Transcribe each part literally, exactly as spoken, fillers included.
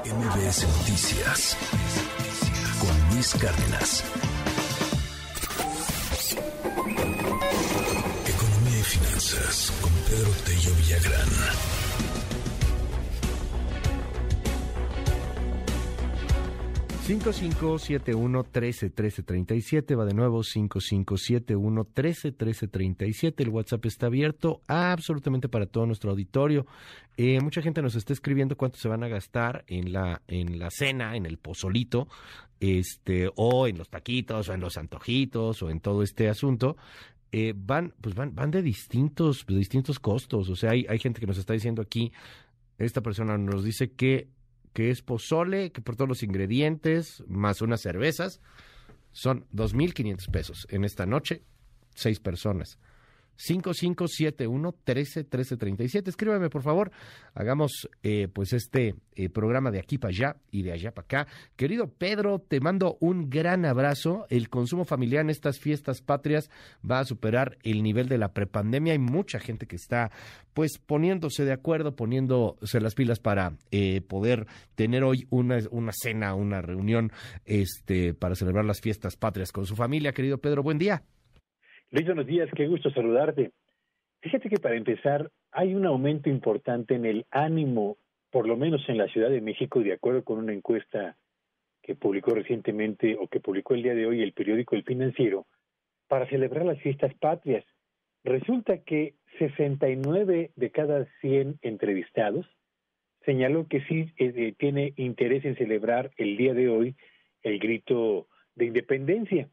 M B S Noticias con Luis Cárdenas. Economía y finanzas con Pedro Tello Villagrán. cinco cinco siete uno, uno tres, uno tres tres siete, va de nuevo cinco cinco siete uno, uno tres, uno tres tres siete, el WhatsApp está abierto absolutamente para todo nuestro auditorio. Eh, mucha gente nos está escribiendo cuánto se van a gastar en la en la cena, en el pozolito, este o en los taquitos, o en los antojitos, o en todo este asunto. Eh, van pues van van de distintos de distintos costos. O sea, hay, hay gente que nos está diciendo aquí, esta persona nos dice que que es pozole, que por todos los ingredientes, más unas cervezas, son dos mil quinientos pesos en esta noche, seis personas. cinco cinco siete uno, uno tres, uno tres tres siete. Escríbeme, por favor. Hagamos eh, pues este eh, programa de aquí para allá y de allá para acá. Querido Pedro, te mando un gran abrazo. El consumo familiar en estas fiestas patrias va a superar el nivel de la prepandemia. Hay mucha gente que está pues poniéndose de acuerdo, poniéndose las pilas para eh, poder tener hoy una, una cena, una reunión este para celebrar las fiestas patrias con su familia. Querido Pedro, buen día. Luis, buenos días, qué gusto saludarte. Fíjate que para empezar, hay un aumento importante en el ánimo, por lo menos en la Ciudad de México, de acuerdo con una encuesta que publicó recientemente o que publicó el día de hoy el periódico El Financiero, para celebrar las fiestas patrias. Resulta que sesenta y nueve de cada cien entrevistados señaló que sí eh, tiene interés en celebrar el día de hoy el grito de independencia.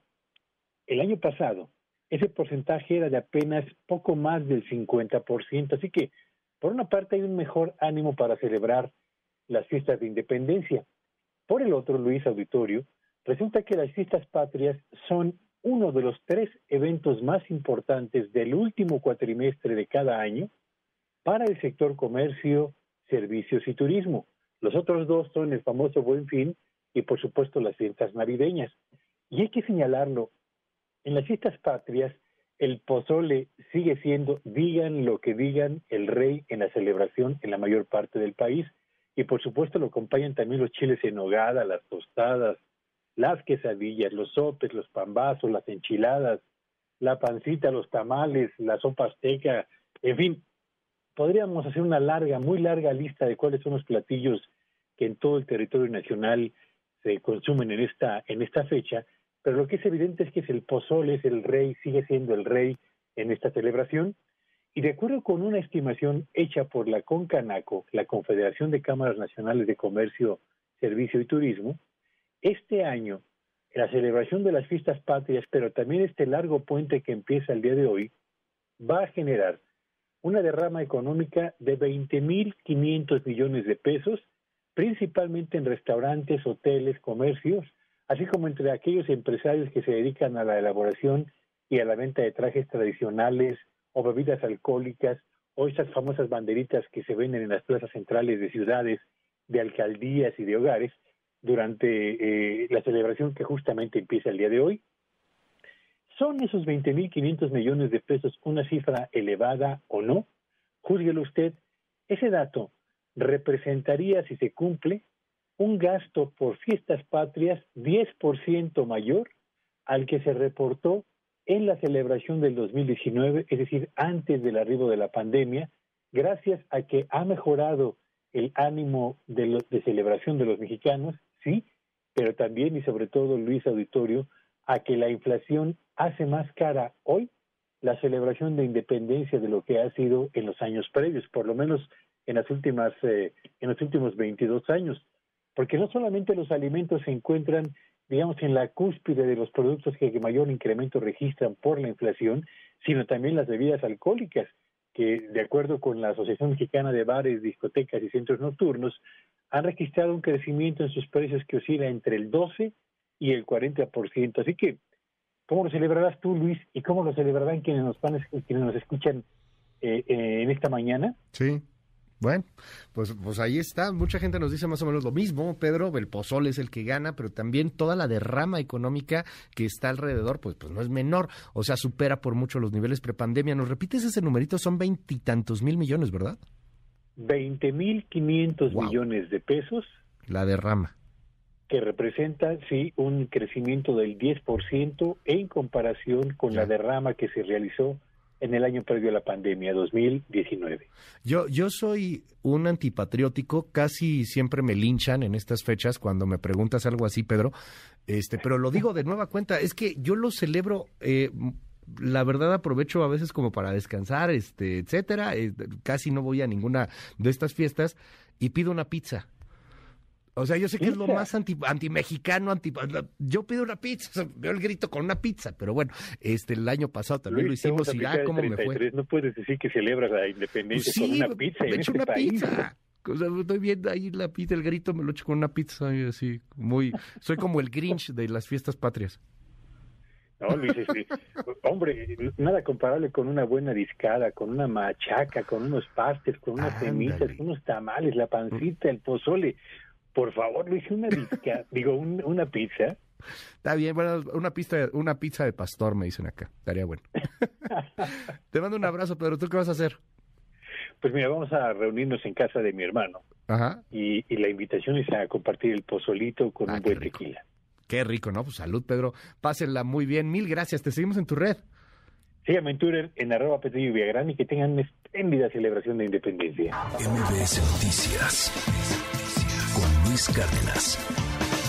El año pasado, ese porcentaje era de apenas poco más del cincuenta por ciento, así que por una parte hay un mejor ánimo para celebrar las fiestas de independencia. Por el otro, Luis Auditorio, resulta que las fiestas patrias son uno de los tres eventos más importantes del último cuatrimestre de cada año para el sector comercio, servicios y turismo. Los otros dos son el famoso Buen Fin y por supuesto las fiestas navideñas. Y hay que señalarlo, en las fiestas patrias, el pozole sigue siendo, digan lo que digan, el rey en la celebración en la mayor parte del país. Y por supuesto lo acompañan también los chiles en nogada, las tostadas, las quesadillas, los sopes, los pambazos, las enchiladas, la pancita, los tamales, la sopa azteca, en fin. Podríamos hacer una larga, muy larga lista de cuáles son los platillos que en todo el territorio nacional se consumen en esta, en esta fecha. Pero lo que es evidente es que es el pozole, es el rey, sigue siendo el rey en esta celebración. Y de acuerdo con una estimación hecha por la CONCANACO, la Confederación de Cámaras Nacionales de Comercio, Servicio y Turismo, este año, la celebración de las fiestas patrias, pero también este largo puente que empieza el día de hoy, va a generar una derrama económica de veinte mil quinientos millones de pesos, principalmente en restaurantes, hoteles, comercios, así como entre aquellos empresarios que se dedican a la elaboración y a la venta de trajes tradicionales o bebidas alcohólicas, o estas famosas banderitas que se venden en las plazas centrales de ciudades, de alcaldías y de hogares, durante eh, la celebración que justamente empieza el día de hoy. ¿Son esos veinte mil quinientos millones de pesos una cifra elevada o no? Júzguelo usted. Ese dato representaría, si se cumple, un gasto por fiestas patrias diez por ciento mayor al que se reportó en la celebración del dos mil diecinueve, es decir, antes del arribo de la pandemia, gracias a que ha mejorado el ánimo de, lo, de celebración de los mexicanos, sí, pero también y sobre todo, Luis Auditorio, a que la inflación hace más cara hoy la celebración de independencia de lo que ha sido en los años previos, por lo menos en las últimas, eh, en los últimos veintidós años. Porque no solamente los alimentos se encuentran, digamos, en la cúspide de los productos que mayor incremento registran por la inflación, sino también las bebidas alcohólicas, que de acuerdo con la Asociación Mexicana de Bares, Discotecas y Centros Nocturnos, han registrado un crecimiento en sus precios que oscila entre el doce y el cuarenta por ciento. Así que, ¿cómo lo celebrarás tú, Luis? ¿Y cómo lo celebrarán quienes nos, van, quienes nos escuchan eh, eh, en esta mañana? Sí. Bueno, pues, pues ahí está. Mucha gente nos dice más o menos lo mismo, Pedro. El pozole es el que gana, pero también toda la derrama económica que está alrededor, pues, pues no es menor. O sea, supera por mucho los niveles prepandemia. ¿Nos repites ese numerito? Son veintitantos mil millones, ¿verdad? Veinte mil quinientos wow. millones de pesos la derrama. Que representa, sí, un crecimiento del diez por ciento en comparación con ya. la derrama que se realizó en el año previo a la pandemia, dos mil diecinueve. Yo, yo soy un antipatriótico, casi siempre me linchan en estas fechas cuando me preguntas algo así, Pedro, este, pero lo digo de nueva cuenta, es que yo lo celebro, eh, la verdad aprovecho a veces como para descansar, este, etcétera, eh, casi no voy a ninguna de estas fiestas y pido una pizza. O sea, yo sé que es lo más anti, anti-mexicano, anti, yo pido una pizza, o sea, veo el grito con una pizza, pero bueno, este el año pasado también Luis, lo hicimos y ya, ¿cómo me fue? No puedes decir que celebras la independencia Pues sí, con una pizza me en echo este una país. pizza. O sea, estoy viendo ahí la pizza, el grito me lo echo con una pizza, y así, muy, soy como el Grinch de las fiestas patrias. No, Luis, este, hombre, nada comparable con una buena discada, con una machaca, con unos pastes, con unas Ándale. semitas, con unos tamales, la pancita, el pozole. Por favor, Luis, una discada, digo, un, una pizza. Está bien, bueno, una pizza, una pizza de pastor me dicen acá, estaría bueno. Te mando un abrazo, Pedro, ¿tú qué vas a hacer? Pues mira, vamos a reunirnos en casa de mi hermano. Ajá. Y, y la invitación es a compartir el pozolito con Ah, un qué buen rico. tequila. Qué rico, ¿no? Pues salud, Pedro. Pásenla muy bien. Mil gracias. Te seguimos en tu red. Síganme en Twitter en arroba Petrillo Villagrán y que tengan una espléndida celebración de independencia. M B S Noticias con Luis Cárdenas.